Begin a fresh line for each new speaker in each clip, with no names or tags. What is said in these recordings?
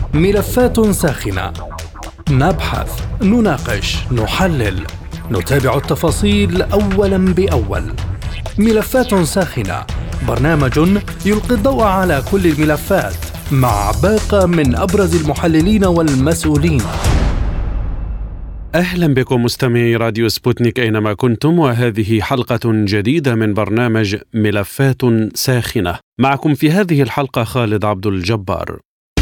ملفات ساخنة، نبحث، نناقش، نحلل، نتابع التفاصيل أولا بأول. ملفات ساخنة، برنامج يلقي الضوء على كل الملفات مع باقة من أبرز المحللين والمسؤولين. أهلا بكم مستمعي راديو سبوتنيك أينما كنتم، وهذه حلقة جديدة من برنامج ملفات ساخنة. معكم في هذه الحلقة خالد عبد الجبار.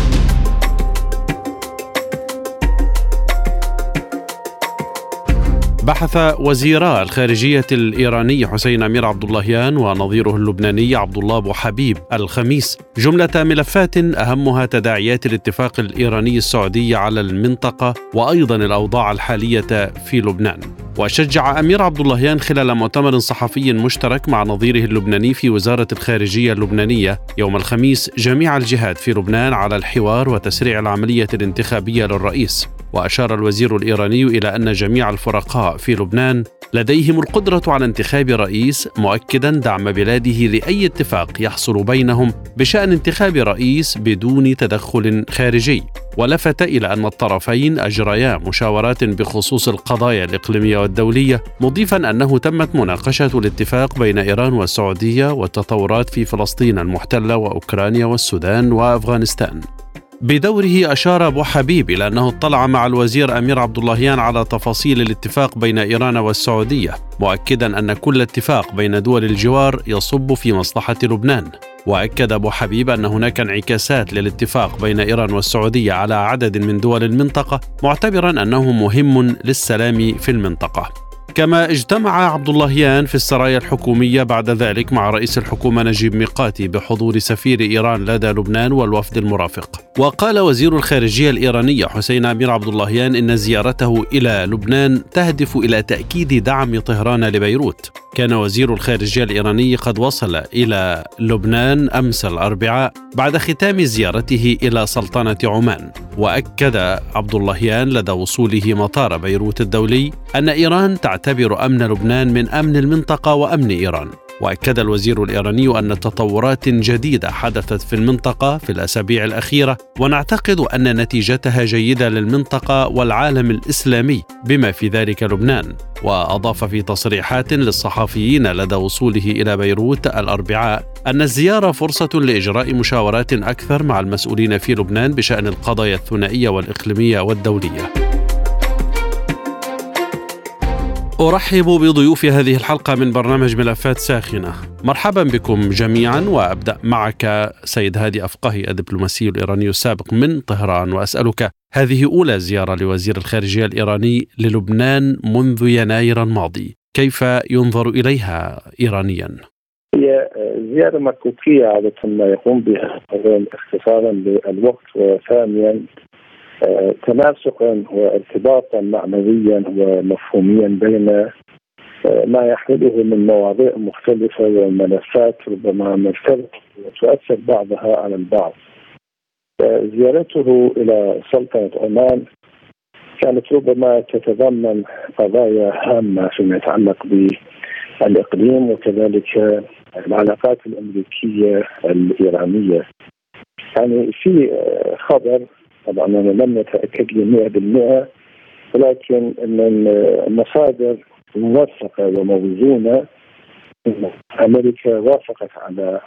بحث وزيرا الخارجية الإيراني حسين أمير عبداللهيان ونظيره اللبناني عبد الله أبو حبيب الخميس جملة ملفات أهمها تداعيات الاتفاق الإيراني السعودي على المنطقة وأيضا الأوضاع الحالية في لبنان. وشجع أمير عبداللهيان خلال مؤتمر صحفي مشترك مع نظيره اللبناني في وزارة الخارجية اللبنانية يوم الخميس جميع الجهات في لبنان على الحوار وتسريع العملية الانتخابية للرئيس. وأشار الوزير الإيراني إلى أن جميع الفرقاء في لبنان لديهم القدرة على انتخاب رئيس، مؤكدا دعم بلاده لأي اتفاق يحصل بينهم بشأن انتخاب رئيس بدون تدخل خارجي. ولفت إلى أن الطرفين أجريا مشاورات بخصوص القضايا الإقليمية والدولية، مضيفا أنه تمت مناقشة الاتفاق بين إيران والسعودية والتطورات في فلسطين المحتلة وأوكرانيا والسودان وأفغانستان. بدوره أشار أبو حبيب إلى أنه اطلع مع الوزير أمير عبداللهيان على تفاصيل الاتفاق بين إيران والسعودية، مؤكدا أن كل اتفاق بين دول الجوار يصب في مصلحة لبنان. وأكد أبو حبيب أن هناك انعكاسات للاتفاق بين إيران والسعودية على عدد من دول المنطقة، معتبرا أنه مهم للسلام في المنطقة. كما اجتمع عبداللهيان في السرايا الحكومية بعد ذلك مع رئيس الحكومة نجيب ميقاتي بحضور سفير إيران لدى لبنان والوفد المرافق. وقال وزير الخارجية الإيراني حسين أمير عبداللهيان إن زيارته إلى لبنان تهدف إلى تأكيد دعم طهران لبيروت. كان وزير الخارجية الإيراني قد وصل إلى لبنان أمس الأربعاء بعد ختام زيارته إلى سلطنة عمان. وأكد عبداللهيان لدى وصوله مطار بيروت الدولي أن إيران تعتبر أمن لبنان من أمن المنطقة وأمن إيران. وأكد الوزير الإيراني أن تطورات جديدة حدثت في المنطقة في الأسابيع الأخيرة، ونعتقد أن نتيجتها جيدة للمنطقة والعالم الإسلامي بما في ذلك لبنان. وأضاف في تصريحات للصحفيين لدى وصوله إلى بيروت الأربعاء أن الزيارة فرصة لإجراء مشاورات أكثر مع المسؤولين في لبنان بشأن القضايا الثنائية والإقليمية والدولية. أرحب بضيوف هذه الحلقة من برنامج ملفات ساخنة. مرحبا بكم جميعا، وأبدأ معك سيد هادي أفقهي الدبلوماسي الإيراني السابق من طهران، وأسألك هذه أولى زيارة لوزير الخارجية الإيراني للبنان منذ يناير الماضي، كيف ينظر إليها إيرانيا؟
هي زيارة مكوكية عادة ما يقوم بها اختصارا للوقت، وثانيا تناسقا وارتباطا معنويا ومفهوميا بين ما يحمله من مواضيع مختلفة وملفات ربما مرتبطة وتؤثر بعضها على البعض. زيارته إلى سلطنة عمان كانت ربما تتضمن قضايا هامة فيما يتعلق بالإقليم وكذلك العلاقات الأمريكية الإيرانية. يعني في خبر، طبعا أنا لم أتأكد لي 100%، ولكن من مصادر موثقة وموزونة أمريكا وافقت على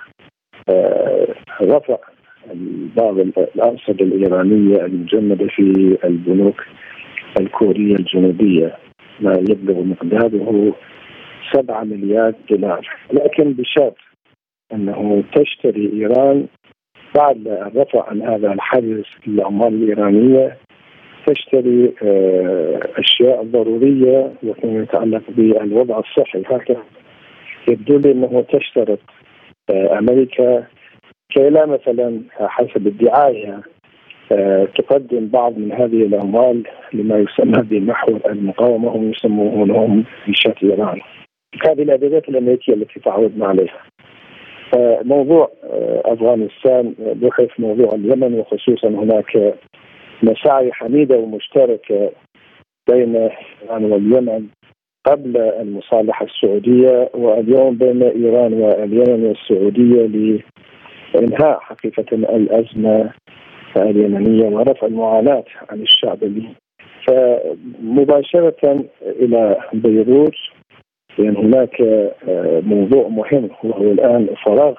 رفع بعض الأرصدة الإيرانية المجمدة في البنوك الكورية الجنوبية، ما يبلغ مقداره 7 مليار دولار، لكن بشرط أنه تشتري إيران بعد الرفع عن هذا الحجز للأموال الإيرانية، تشتري أشياء ضرورية وفيما يتعلق بالوضع الصحي. هكذا يبدو لي أنه تشترط أمريكا كي لا مثلا حسب الدعاية تقدم بعض من هذه الأموال لما يسمى بمحور المقاومة، هم يسمونهم ميليشيات إيران. هذه الأدوات الأمريكية التي تعودنا عليها. موضوع أفغانستان بخلاف موضوع اليمن، وخصوصا هناك مساعي حميدة ومشتركة بين إيران واليمن قبل المصالحة السعودية، واليوم بين إيران واليمن والسعودية لإنهاء حقيقة الأزمة اليمنية ورفع المعاناة عن الشعب الليبي. فمباشرة إلى بيروت، لأن هناك موضوع مهم وهو الآن فراغ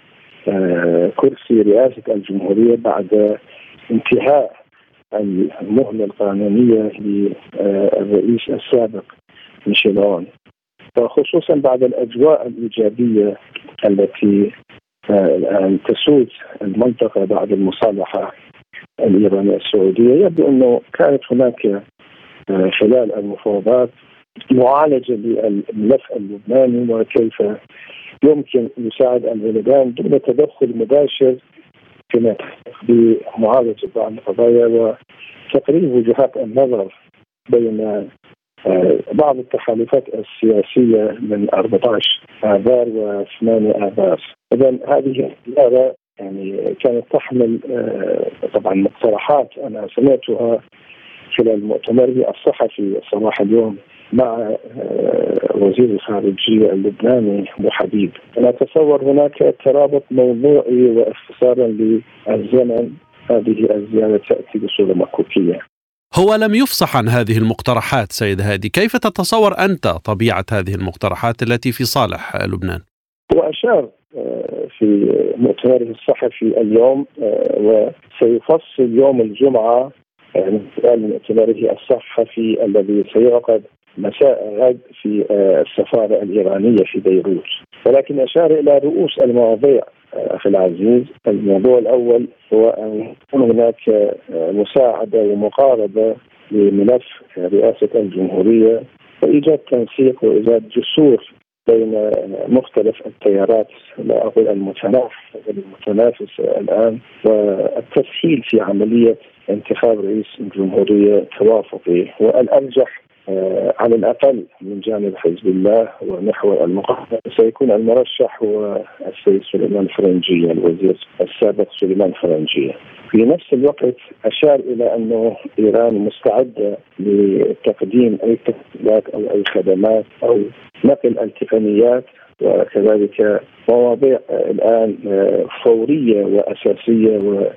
كرسي رئاسة الجمهورية بعد انتهاء المهلة القانونية للرئيس السابق ميشيل عون، وخصوصا بعد الأجواء الإيجابية التي الآن تسود المنطقة بعد المصالحة الإيرانية السعودية. يبدو أنه كانت هناك خلال المفاوضات معالجة للملف اللبناني وكيف يمكن يساعد البلدان دون تدخل مباشر فيما يتعلق بمعالجة بعض القضايا وتقريب وجهات النظر بين بعض التحالفات السياسية من 14 آذار و8 آذار. إذن هذه الزيارة يعني كانت تحمل طبعا مقترحات أنا سمعتها خلال مؤتمره الصحفي صباح اليوم مع وزير الخارجية اللبناني أبو حبيب. أنا أتصور هناك ترابط موضوعي واختصارا للزمن. هذه الزيارة تأتي بصورة مكوكية.
هو لم يفصح عن هذه المقترحات سيد هادي، كيف تتصور أنت طبيعة هذه المقترحات التي في صالح لبنان؟
هو أشار في مؤتمره الصحفي اليوم وسيفصل يوم الجمعة من خلال مؤتمره الصحفي الذي سيعقد مساء غد في السفارة الإيرانية في بيروت، ولكن أشار إلى رؤوس المواضيع. أخي العزيز، الموضوع الأول هو أن يكون هناك مساعدة ومقاربة لملف رئاسة الجمهورية وإيجاد تنسيق وإيجاد جسور بين مختلف التيارات، لا أقول المتنافس الآن، والتسهيل في عملية انتخاب رئيس الجمهورية توافقي. والأرجح على الأقل من جانب حزب الله ومحور المقاومة سيكون المرشح هو السيد سليمان فرنجية، الوزير السابق سليمان فرنجية. في نفس الوقت أشار إلى أنه إيران مستعدة لتقديم أي تسهيلات أو أي خدمات أو نقل التقنيات، وكذلك مواضيع الآن فورية وأساسية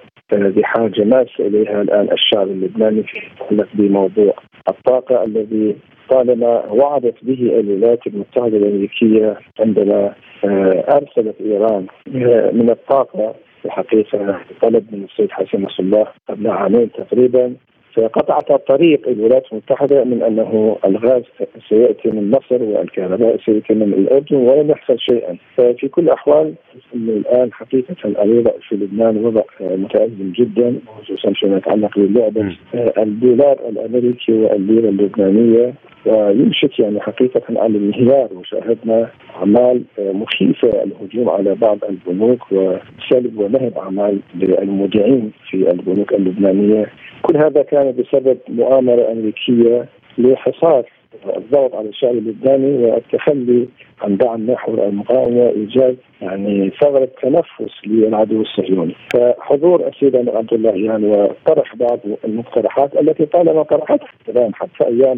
بحاجة ماسة إليها الآن الشعب اللبناني في يتعلق بموضوع الطاقة الذي طالما وعدت به الولايات المتحدة الأمريكية عندما أرسلت إيران من الطاقة. الحقيقة طلب من السيد حسن نصر الله قبل عامين تقريبا، فقطعت الطريق الولايات المتحدة من أنه الغاز سيأتي من مصر والكهرباء سيأتي من الأردن ولم يحصل شيئا. ففي كل الأحوال الآن حقيقة الوضع في لبنان وضع متأزم جدا، خصوصا فيما يتعلق بلعبة الدولار الأمريكي والليرة اللبنانية، ويمشك يعني حقيقة على الانهيار. وشاهدنا أعمال مخيفة، الهجوم على بعض البنوك وسلب ونهب أعمال للمودعين في البنوك اللبنانية. كل هذا كان بسبب مؤامرة أمريكية لحصار الضغط على الشعب اللبناني والتخلي عن دعم محور المقاومة وإيجاد يعني ثغرة تنفس للعدو الصهيوني. فحضور السيد عبد الله وطرح بعض المقترحات التي طالما طرحتها طبعا حتى أيام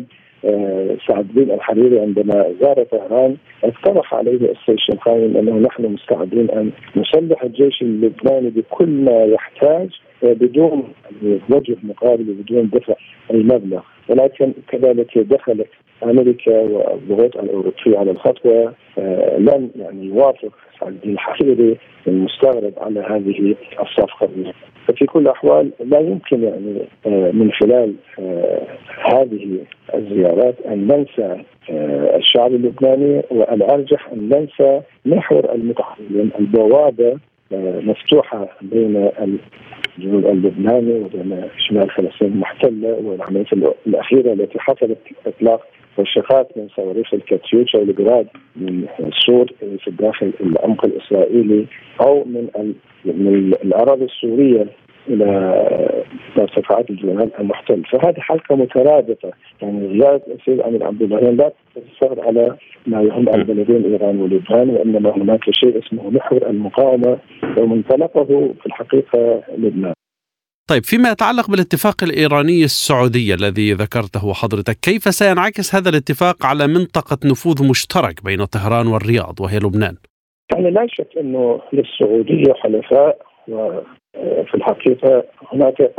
سعد الدين الحريري عندما زار طهران اقترح عليه السيد شنقاوي أنه نحن مستعدين أن نسلح الجيش اللبناني بكل ما يحتاج بدون وجه مقابل وبدون دفع أي مبلغ. ولكن كذلك دخلت أمريكا والضغوط الأوروبية على الخطوة، لم يعني يوافق سعد الدين الحريري المستغرب على هذه الصفقة. ففي كل الأحوال لا يمكن يعني من خلال هذه الزيارات أن ننسى الشعب اللبناني، والأرجح أن ننسى محور المتحولين. البوابة مفتوحة بين الجنوب اللبناني وبين شمال فلسطين المحتلة، والعملية الأخيرة التي حصلت إطلاق والشقات من صواريخ الكاتيوشا والجراد من سور في الداخل العمق الإسرائيلي أو من الأراضي السورية إلى مرتفعات الجولان المحتل. فهذه حلقة مترابطة. يعني زيارة السيد أمير عبد الله لا تقتصر على ما يهم البلدين إيران ولبنان، وإنما هناك شيء اسمه محور المقاومة ومنطلقه في الحقيقة لبنان.
طيب، فيما يتعلق بالاتفاق الإيراني السعودي الذي ذكرته حضرتك، كيف سينعكس هذا الاتفاق على منطقة نفوذ مشترك بين طهران والرياض وهي لبنان؟
يعني لا شك أنه للسعودية حلفاء في الحقيقة هناك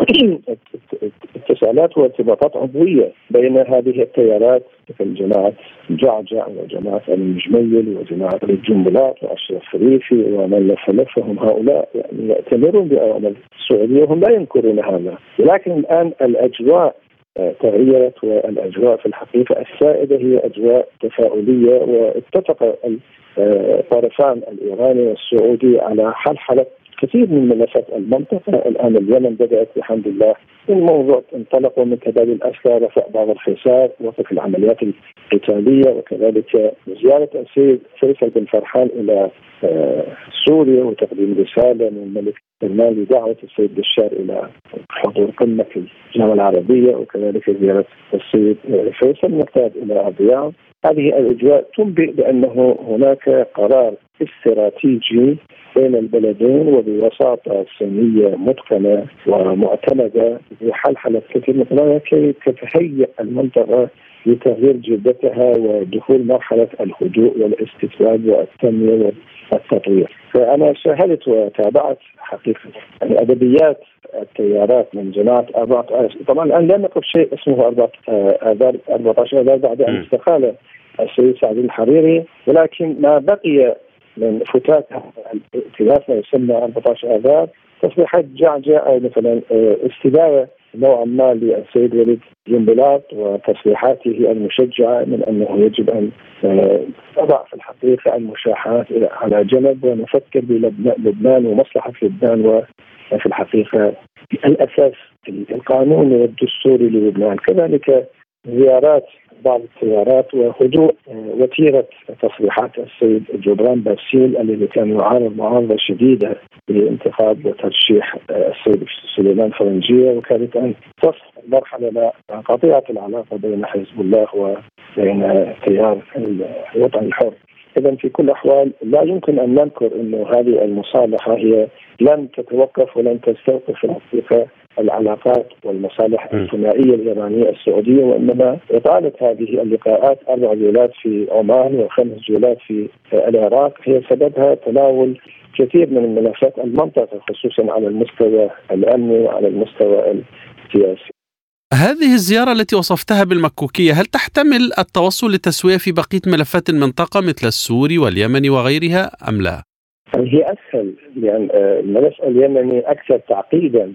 اتصالات وارتباطات عضوية بين هذه التيارات مثل جماعة جعجع وجماعة المجميل وجماعة الجنبلاط وأشرف فريفي ومن لفهم. هؤلاء يعني يأتمرون بأوامر السعودية وهم لا ينكرون هذا، ولكن الآن الأجواء تغيرت، والأجواء في الحقيقة السائدة هي أجواء تفاؤلية، واتفق الطرفان الإيراني والسعودي على حل كثير من ملفات المنطقة. الآن اليمن بدأت بحمد الله الموضوع، انطلقوا من تبادل الأسلحة، رفع بعض الحصار، وقف العمليات القتالية، وكذلك زيارة السيد فيصل بن فرحان إلى سوريا وتقديم رسالة من الملك سلمان لدعوة السيد بشار إلى حضور قمة في الجامعة العربية، وكذلك زيارة السيد فيصل مقتاد إلى الرياض. هذه الأجواء تنبئ بأنه هناك قرار استراتيجي بين البلدين وبوساطة سنية متقنة ومعتمدة لحلحلة كثير من القضايا كي تتهيأ المنطقة لتغيير جدتها ودخول مرحلة الهدوء والاستتباب والتنمية والتطوير. فأنا شاهدت وتابعت حقيقة يعني أدبيات التيارات من جماعة 14. طبعا الآن لا نقف شيء اسمه 14 آذار بعد أن استقال السيد سعد الحريري، ولكن ما بقي من فتات الائتلاف ما يسمى 14 آذار تصريحات جعجع أو مثلا استدارة نوعا ما للسيد وليد جنبلاط وتصريحاته المشجعة من أنه يجب أن تضع في الحقيقة المشاحنات على جنب ونفكر بلبنان ومصلحة لبنان، وفي الحقيقة الأساس القانوني والدستوري للبنان. كذلك زيارات بعض التيارات وهدوء وتيرة تصريحات السيد جبران باسيل الذي كان يعارض معارضة شديدة بانتخاب وترشيح السيد سليمان فرنجية، وكانت أن تصل مرحلة قطيعة العلاقة بين حزب الله وبين تيار الوطن الحر. إذن في كل الأحوال لا يمكن أن ننكر أنه هذه المصالحة هي لن تتوقف ولن تستوقف الحقيقة العلاقات والمصالح الثنائية الإيرانية السعودية، وإنما إطالة هذه اللقاءات 4 جولات في عمان و5 جولات في العراق هي سببها تناول كثير من ملفات المنطقة خصوصا على المستوى الأمني وعلى المستوى السياسي.
هذه الزيارة التي وصفتها بالمكوكية هل تحتمل التوصل للتسوية في بقية ملفات المنطقة مثل السوري واليمني وغيرها أم لا؟
هي أسهل، لأن الملف اليمني أكثر تعقيدا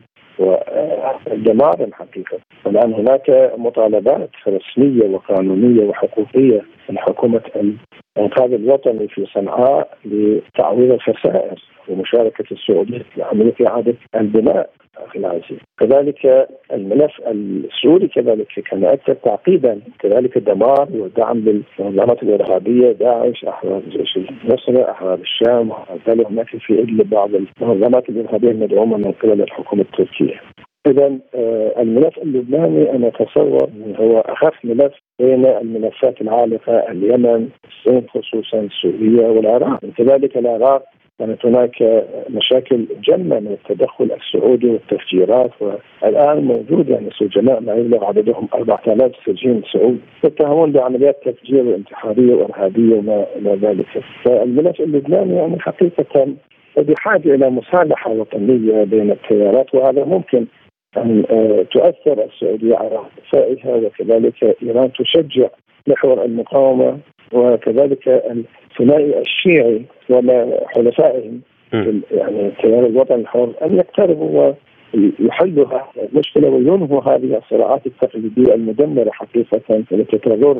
ودمارا حقيقة. الآن هناك مطالبات رسمية وقانونية وحقوقية من حكومة الإنقاذ الوطني في صنعاء لتعويض الخسائر ومشاركة السعودية في عملية إعادة البناء أخي العزيز. كذلك الملف السوري كذلك كان أكثر تعقيدا، كذلك الدمار والدعم للمنظمات الإرهابية داعش، أحرار جيش النصرة، أحرار الشام، وهذا هناك في إدلب بعض المنظمات الإرهابية المدعومة من قبل الحكومة التركية. إذن الملف اللبناني أنا أتصور هو أخف ملف بين الملفات العالقة اليمن، الصين خصوصا، سوريا والعراق. كذلك العراق كانت هناك مشاكل جمة من التدخل السعودي والتفجيرات، والآن موجود يعني سجناء ما يبلغ عددهم 4000 سجين سعودي يتهمون بعمليات تفجير وانتحارية وإرهابية وما إلى ذلك. فالملف اللبناني يعني حقيقة بحاجة إلى مصالحة وطنية بين التيارات، وهذا ممكن أن تؤثر السعودية على احتفائها، وكذلك إيران تشجع محور المقاومة، وكذلك الثنائي الشيعي وحلفائهم يعني تيار الوطن الحر أن يقتربوا ويحلوا المشكلة وينهوا هذه الصراعات التقليدية المدمرة حقيقة التي تضر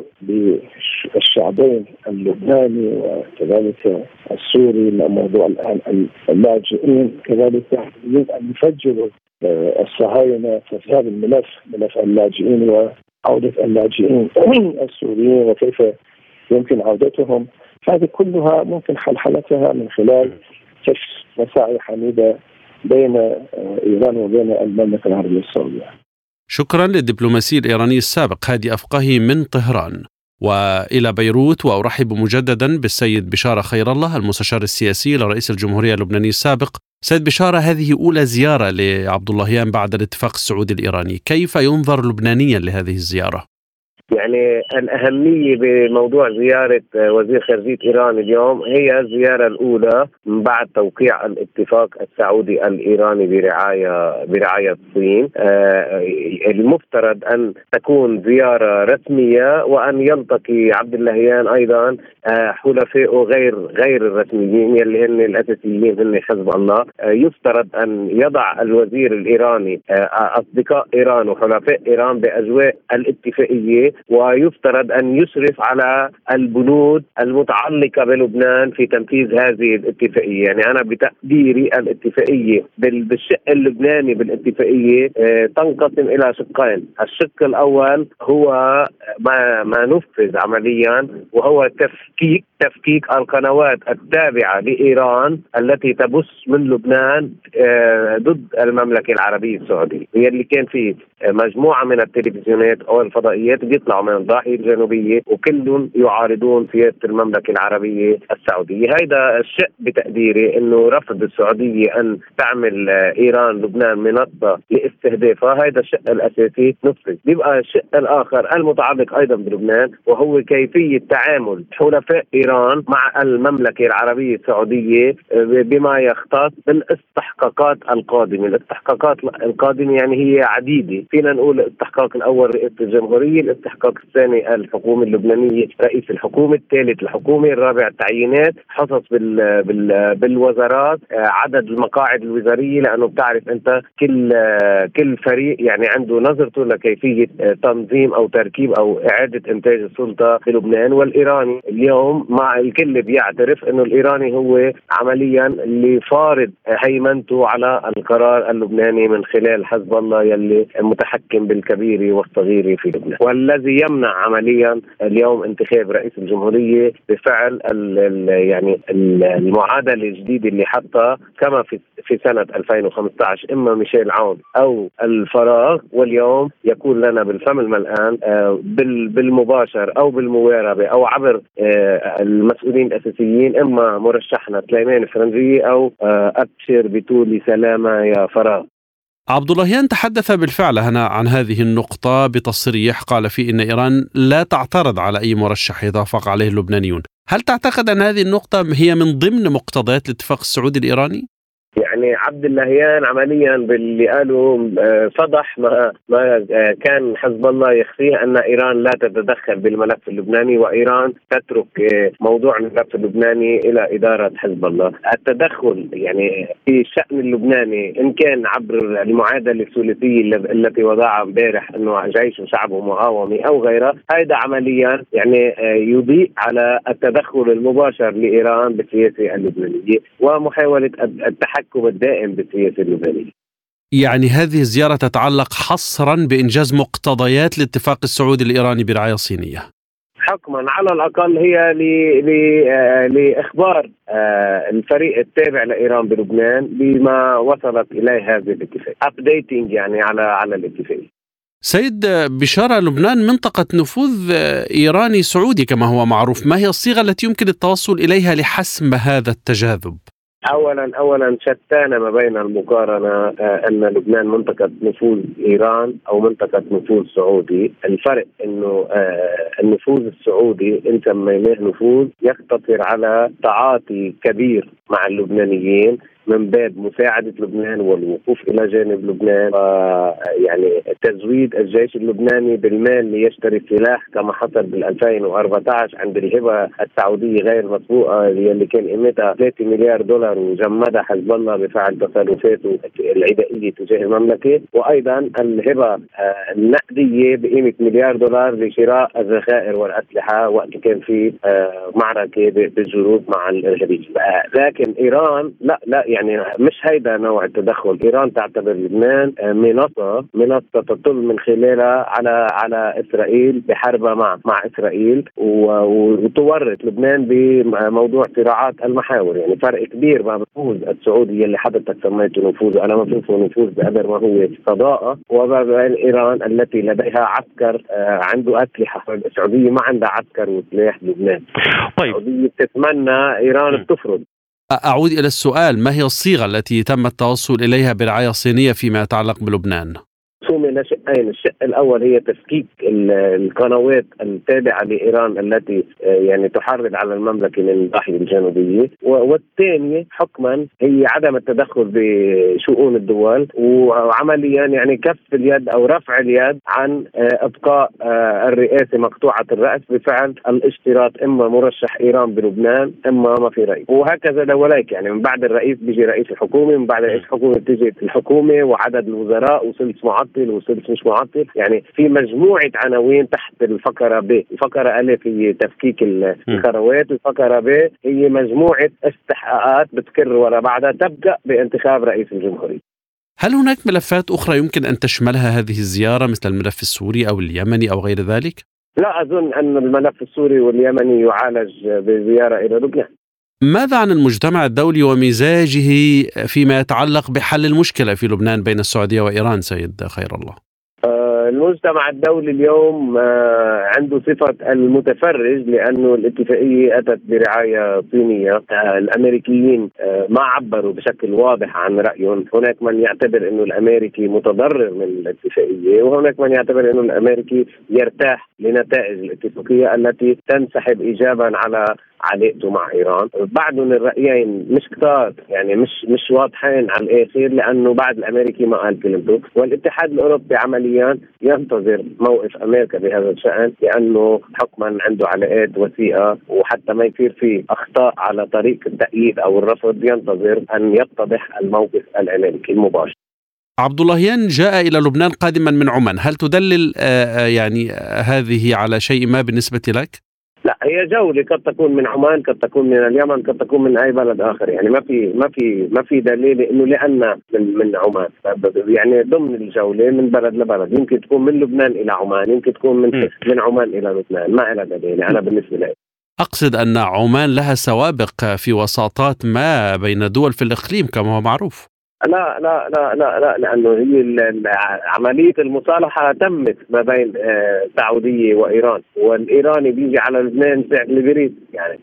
بالشعبين اللبناني وكذلك السوري. موضوع الآن اللاجئين كذلك أن يفجروا الصهاينة في هذا الملف، ملف اللاجئين وعودة اللاجئين السوريين وكيف يمكن عودتهم. هذه كلها ممكن حلحلتها من خلال كشف مساعي حميدة بين إيران وبين المملكة العربية السعودية.
شكرا للدبلوماسي الإيراني السابق هادي أفقهي من طهران. وإلى بيروت، وأرحب مجددا بالسيد بشارة خير الله المستشار السياسي لرئيس الجمهورية اللبناني السابق. سيد بشارة، هذه أولى زيارة لعبد اللهيان بعد الاتفاق السعودي الإيراني، كيف ينظر لبنانيا لهذه الزيارة؟
يعني الأهمية بموضوع زيارة وزير خارجية إيران اليوم هي الزيارة الأولى من بعد توقيع الاتفاق السعودي الإيراني برعاية الصين. المفترض أن تكون زيارة رسمية وأن يلتقي عبد اللهيان أيضا حلفائه غير الرسميين اللي هن الأساسيين هن حزب الله. يفترض أن يضع الوزير الإيراني أصدقاء إيران وحلفاء إيران بأجواء الاتفاقية، ويفترض أن يشرف على البنود المتعلقة بلبنان في تنفيذ هذه الاتفاقية. يعني أنا بتقديري الاتفاقية بالشق اللبناني بالاتفاقية تنقسم إلى شقين. الشق الأول هو ما نفذ عمليا، وهو تفكيك القنوات التابعة لإيران التي تبث من لبنان ضد المملكة العربية السعودية، هي اللي كان في مجموعة من التلفزيونات أو الفضائيات بيطلعوا من الضاحية الجنوبية وكلهم يعارضون سيادة المملكة العربية السعودية. هذا الشق بتقديري أنه رفض السعودية أن تعمل إيران لبنان منصة لاستهدافها، هذا الشق الأساسي نفذ. بيبقى الشق الآخر المتعلق أيضا بلبنان، وهو كيفية تعامل حلفاء إيران مع المملكة العربية السعودية بما يختص بالاستحقاقات القادمة. الاستحقاقات القادمة يعني هي عديدة، فينا نقول الاستحقاق الأول رئاسة الجمهورية، الاستحقاق الثاني الحكومة اللبنانية رئيس الحكومة، الثالث الحكومة، الرابع التعيينات، حصص بالوزارات، عدد المقاعد الوزارية، لأنه بتعرف أنت كل فريق يعني عنده نظرته لكيفية تنظيم أو تركيب أو إعادة إنتاج السلطة في لبنان. والإيراني اليوم مع الكل بيعترف أنه الإيراني هو عمليا اللي فارض هيمنته على القرار اللبناني من خلال حزب الله يلي متحكم بالكبير والصغير في لبنان، والذي يمنع عمليا اليوم انتخاب رئيس الجمهورية بفعل يعني المعادلة الجديدة اللي حطها كما في سنة 2015 إما ميشيل عون أو الفراغ. واليوم يكون لنا بالفم الملآن بالمباشر أو بالمواربة أو عبر المسؤولين الأساسيين إما مرشحنا سليمان فرنجية أو أبشر بطول سلامة يا فراغ.
عبد اللهيان تحدث بالفعل هنا عن هذه النقطة بتصريح قال فيه إن إيران لا تعترض على أي مرشح يتوافق عليه اللبنانيون. هل تعتقد أن هذه النقطة هي من ضمن مقتضيات الاتفاق السعودي الإيراني؟
يعني عبد اللهيان عمليا باللي قالوا فضح ما كان حزب الله يخفيه، أن إيران لا تتدخل بالملف اللبناني وإيران تترك موضوع الملف اللبناني إلى إدارة حزب الله. التدخل يعني في الشأن اللبناني إن كان عبر المعادلة الثلاثية التي وضعها امبارح أنه جيش وشعبه مقاومي أو غيرها، هذا عمليا يعني يضيء على التدخل المباشر لإيران بالسياسة اللبنانية ومحاولة التحكم الدائم بالسياسة اللبنانية.
يعني هذه الزيارة تتعلق حصرا بإنجاز مقتضيات الاتفاق السعودي الإيراني برعاية صينية؟
حكما على الأقل هي لإخبار الفريق التابع لإيران بلبنان بما وصلت إليه هذه الاتفاق، updating يعني على الاتفاق.
سيد بشارة، لبنان منطقة نفوذ إيراني سعودي كما هو معروف، ما هي الصيغة التي يمكن التوصل إليها لحسم هذا التجاذب؟
أولا شتان ما بين المقارنة أن لبنان منطقة نفوذ إيران أو منطقة نفوذ سعودي. الفرق أنه النفوذ السعودي إن سميناه نفوذ يقتصر على تعاطي كبير مع اللبنانيين من باب مساعدة لبنان والوقوف إلى جانب لبنان، يعني تزويد الجيش اللبناني بالمال ليشتري السلاح كما حصل بال2014 عند الهبة السعودية غير مسبوقة اللي كان قيمتها 3 مليار دولار وجمدها حزب الله بفعل تصرفاته العدائية تجاه المملكة، وأيضا الهبة النقدية بقيمة مليار دولار لشراء الذخائر والأسلحة وقت كان في معركة بالجنوب مع الإرهابيين. لكن إيران لا يعني مش هيدا نوع التدخل. إيران تعتبر لبنان منصة تطل من خلالها على إسرائيل بحربها مع إسرائيل وتورط لبنان بموضوع صراعات المحاور. يعني فرق كبير بين النفوذ السعودي اللي حضرتك سميته نفوذ، أنا ما بشوفه نفوذ بقدر ما هو صداقة، وبين إيران التي لديها عسكر عنده أسلحة. السعودية ما عندها عسكر وسلاح بلبنان.
طيب.
السعودية تتمنى إيران بتفرض.
أعود إلى السؤال، ما هي الصيغة التي تم التوصل إليها برعاية صينية فيما يتعلق بلبنان؟
مقسومة لشقين. الشق الأول هي تفكيك القنوات التابعة لإيران التي يعني تحرض على المملكة من الناحية الجنوبية، والثانية حكما هي عدم التدخل بشؤون الدول، وعمليا يعني كف اليد أو رفع اليد عن إبقاء الرئاسة مقطوعة الرأس بفعل الاشتراط، إما مرشح إيران بلبنان إما ما في رئيس، وهكذا دولايك. يعني من بعد الرئيس بيجي رئيس الحكومة، من بعد رئيس الحكومة بتيجي الحكومة وعدد الوزراء وسلس معطل وسلس مش معطل. يعني في مجموعة عناوين تحت الفقرة ب. الفقرة ألف هي تفكيك الثروات، الفقرة ب هي مجموعة استحقاقات بتكر وراء بعضها تبدأ بانتخاب رئيس الجمهورية.
هل هناك ملفات أخرى يمكن أن تشملها هذه الزيارة مثل الملف السوري أو اليمني أو غير ذلك؟
لا أظن أن الملف السوري واليمني يعالج بزيارة إلى لبنان.
ماذا عن المجتمع الدولي ومزاجه فيما يتعلق بحل المشكلة في لبنان بين السعودية وإيران سيد خير الله؟
المجتمع الدولي اليوم عنده صفة المتفرج، لأنه الاتفاقية أتت برعاية صينية. الأمريكيين ما عبروا بشكل واضح عن رأيهم. هناك من يعتبر أنه الأمريكي متضرر من الاتفاقية، وهناك من يعتبر أنه الأمريكي يرتاح لنتائج الاتفاقية التي تنسحب إيجابا على علاقته مع إيران. بعدهم الرأيين مش كتار، يعني مش واضحين على الآخر، لأنه بعد الأمريكي ما قال كلمته، والاتحاد الأوروبي عمليا ينتظر موقف أمريكا بهذا الشأن، لأنه حكما عنده علاقات وثيقة، وحتى ما يصير فيه أخطاء على طريق التأييد أو الرفض ينتظر أن يتضح الموقف الأمريكي المباشر.
عبد اللهيان جاء إلى لبنان قادما من عمان، هل تدلل يعني هذه على شيء ما بالنسبة لك؟
لا، هي جولة قد تكون من عمان، قد تكون من اليمن، قد تكون من أي بلد آخر. يعني ما في دليل إنه لأن من عمان. يعني ضمن الجولة من بلد لبلد، يمكن تكون من لبنان إلى عمان، يمكن تكون من عمان إلى لبنان، ما إلى دليل أنا بالنسبة لي.
أقصد أن عمان لها سوابق في وساطات ما بين دول في الإقليم كما هو معروف.
لا لا لا لا لا، لأنه هي عملية المصالحة تمت ما بين السعودية وإيران، والإيراني بيجي على لبنان ساعة البريد، يعني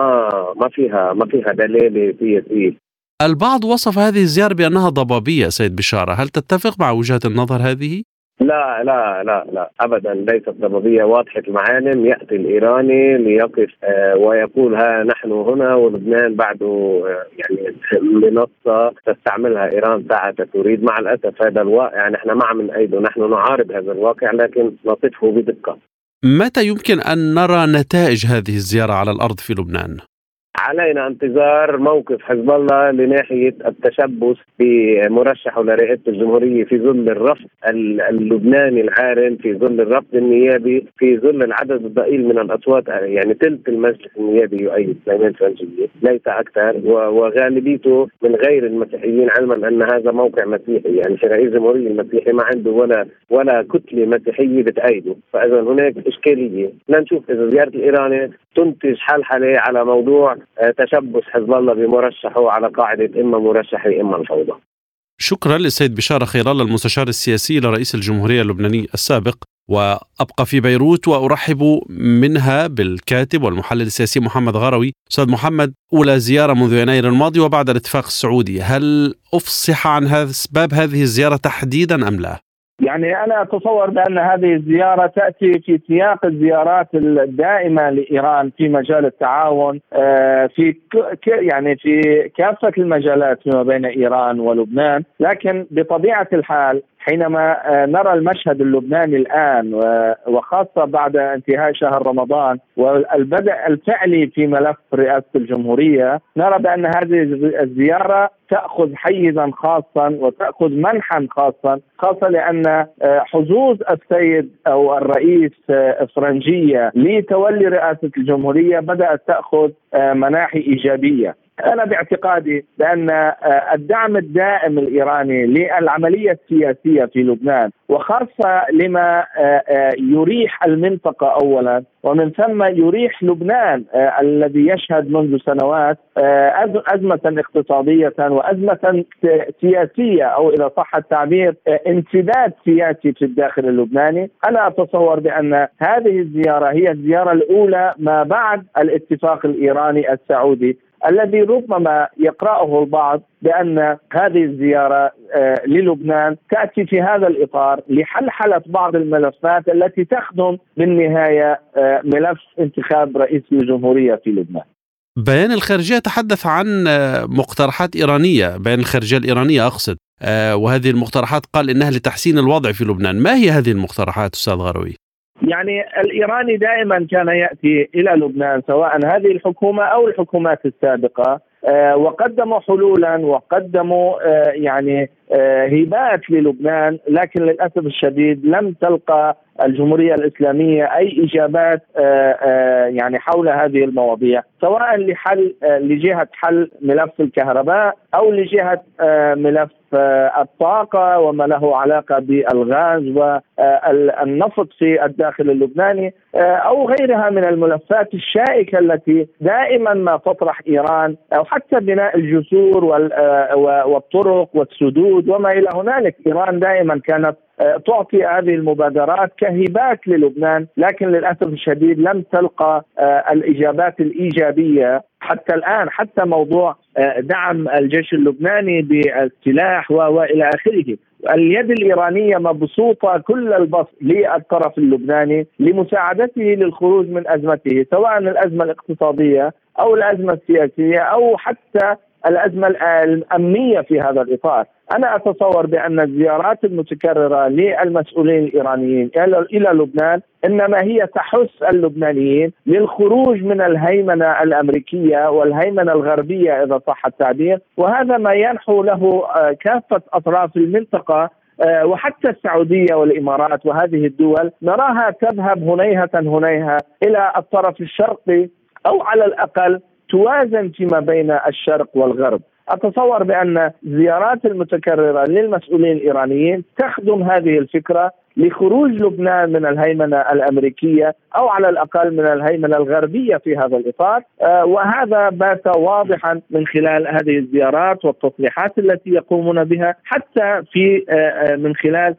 ما فيها دلالة سياسية.
البعض وصف هذه الزيارة بأنها ضبابية سيد بشارة، هل تتفق مع وجهة النظر هذه؟
لا لا لا لا أبدا، ليست ضبابية، واضحة المعالم. يأتي الإيراني ليقف ويقول ها نحن هنا، ولبنان بعده يعني منصة تستعملها إيران ساعة تريد. مع الأسف هذا الواقع نحن مع من أيضا، نحن نعارض هذا الواقع لكن نصفه بدقة.
متى يمكن أن نرى نتائج هذه الزيارة على الأرض في لبنان؟
علينا انتظار موقف حزب الله لناحية التشبث بمرشحه لرئاسة الجمهورية في ظل الرفض اللبناني العارم، في ظل الرفض النيابي، في ظل العدد الضئيل من الأصوات. يعني ثلث المجلس النيابي يؤيد سليمان فرنجية ليس أكثر، وغالبيته من غير المسيحيين، علما أن هذا موقع مسيحي. يعني في رئيس الجمهورية المسيحي ما عنده ولا كتلة مسيحية بتأيده، فإذا هناك إشكالية. لنشوف إذا زيارة الإيراني تنتج حلحلة على موضوع تشبث حزب الله بمرشحه على قاعدة إما مرشحي إما الفوضى.
شكرا للسيد بشارة خير الله المستشار السياسي لرئيس الجمهورية اللبناني السابق. وأبقى في بيروت وأرحب منها بالكاتب والمحلل السياسي محمد غروي. أستاذ محمد، أولى زيارة منذ يناير الماضي وبعد الاتفاق السعودي، هل أفصح عن هذا أسباب هذه الزيارة تحديدا أم لا؟
يعني أنا أتصور بأن هذه الزيارة تأتي في سياق الزيارات الدائمة لإيران في مجال التعاون في كافة المجالات فيما بين إيران ولبنان. لكن بطبيعة الحال حينما نرى المشهد اللبناني الآن وخاصة بعد انتهاء شهر رمضان والبدء الفعلي في ملف رئاسة الجمهورية، نرى بأن هذه الزيارة تأخذ حيزا خاصا وتأخذ منحا خاصة لأن حظوظ السيد أو الرئيس فرنجية لتولي رئاسة الجمهورية بدأت تأخذ مناحي إيجابية. أنا باعتقادي بأن الدعم الدائم الإيراني للعملية السياسية في لبنان، وخاصة لما يريح المنطقة أولا، ومن ثم يريح لبنان الذي يشهد منذ سنوات أزمة اقتصادية وأزمة سياسية، أو إذا صح التعبير انسداد سياسي في الداخل اللبناني. أنا أتصور بأن هذه الزيارة هي الزيارة الأولى ما بعد الاتفاق الإيراني السعودي الذي ربما يقرأه البعض بأن هذه الزيارة للبنان تأتي في هذا الإطار لحلحلة بعض الملفات التي تخدم بالنهاية ملف انتخاب رئيس الجمهورية في لبنان.
بيان الخارجية تحدث عن مقترحات إيرانية، بيان الخارجية الإيرانية أقصد، وهذه المقترحات قال إنها لتحسين الوضع في لبنان. ما هي هذه المقترحات أستاذ غروي؟
يعني الإيراني دائما كان يأتي إلى لبنان سواء هذه الحكومة أو الحكومات السابقة وقدموا حلولا وقدموا هبات للبنان، لكن للأسف الشديد لم تلقى الجمهورية الإسلامية أي إجابات حول هذه المواضيع، سواء لجهة حل ملف الكهرباء أو لجهة ملف الطاقة وما له علاقة بالغاز والنفط في الداخل اللبناني أو غيرها من الملفات الشائكة التي دائما ما تطرح إيران، أو حتى بناء الجسور والطرق والسدود وما إلى هنالك. إيران دائما كانت تعطي هذه المبادرات كهبات للبنان، لكن للأسف الشديد لم تلقى الإجابات الإيجابية حتى الآن، حتى موضوع دعم الجيش اللبناني بالسلاح وإلى آخره. اليد الإيرانية مبسوطة كل البسط للطرف اللبناني لمساعدته للخروج من أزمته، سواء الأزمة الاقتصادية أو الأزمة السياسية أو حتى الأزمة الأمنية في هذا الإطار. أنا أتصور بأن الزيارات المتكررة للمسؤولين الإيرانيين إلى لبنان إنما هي تحث اللبنانيين للخروج من الهيمنة الأمريكية والهيمنة الغربية إذا صح التعبير، وهذا ما ينحو له كافة أطراف المنطقة وحتى السعودية والإمارات. وهذه الدول نراها تذهب هنيهة إلى الطرف الشرقي، أو على الأقل توازن فيما بين الشرق والغرب. أتصور بأن الزيارات المتكررة للمسؤولين الإيرانيين تخدم هذه الفكرة لخروج لبنان من الهيمنة الأمريكية أو على الأقل من الهيمنة الغربية في هذا الإطار، وهذا بات واضحا من خلال هذه الزيارات والتصريحات التي يقومون بها، حتى في من خلال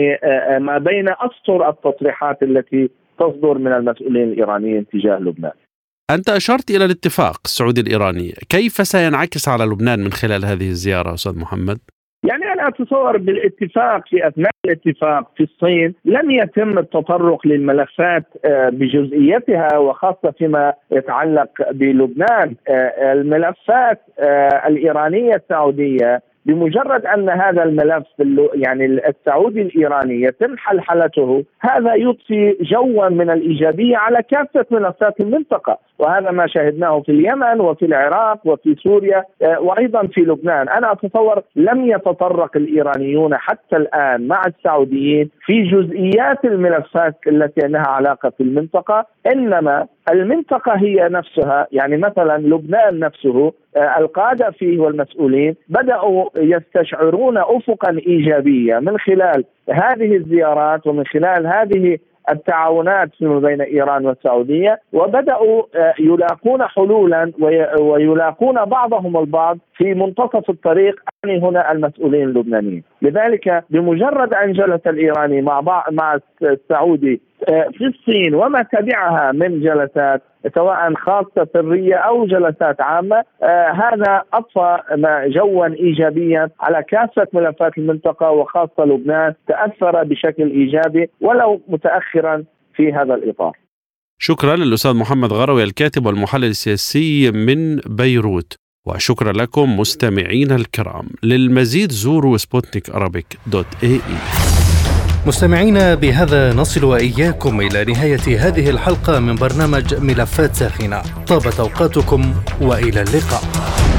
ما بين أسطر التصريحات التي تصدر من المسؤولين الإيرانيين تجاه لبنان.
أنت أشرت إلى الاتفاق السعودي الإيراني، كيف سينعكس على لبنان من خلال هذه الزيارة أستاذ محمد؟
أنا أتصور بالاتفاق في أثناء الاتفاق في الصين لم يتم التطرق للملفات بجزئيتها، وخاصة فيما يتعلق بلبنان. الملفات الإيرانية السعودية بمجرد أن هذا الملف السعودي الإيراني يتم حلحلته، هذا يضفي جوا من الإيجابية على كافة ملفات المنطقة، وهذا ما شاهدناه في اليمن وفي العراق وفي سوريا وأيضا في لبنان. أنا أتصور لم يتطرق الإيرانيون حتى الآن مع السعوديين في جزئيات الملفات التي لها علاقة في المنطقة، إنما المنطقة هي نفسها. مثلا لبنان نفسه القادة فيه والمسؤولين بدأوا يستشعرون أفقا إيجابية من خلال هذه الزيارات ومن خلال هذه التعاونات فيما بين إيران والسعودية، وبدأوا يلاقون حلولا ويلاقون بعضهم البعض في منتصف الطريق، هنا المسؤولين اللبنانيين. لذلك بمجرد أن جلس الإيراني مع السعودي في الصين وما تبعها من جلسات سواء خاصة سرية أو جلسات عامة، هذا أضفى جوا إيجابيا على كافة ملفات المنطقة وخاصة لبنان، تأثر بشكل إيجابي ولو متأخرا في هذا الإطار.
شكرا للأستاذ محمد غروي الكاتب والمحلل السياسي من بيروت، وشكرا لكم مستمعين الكرام. للمزيد زوروا sputnikarabic.ae.
مستمعينا، بهذا نصل وإياكم إلى نهاية هذه الحلقة من برنامج ملفات ساخنة. طابت أوقاتكم وإلى اللقاء.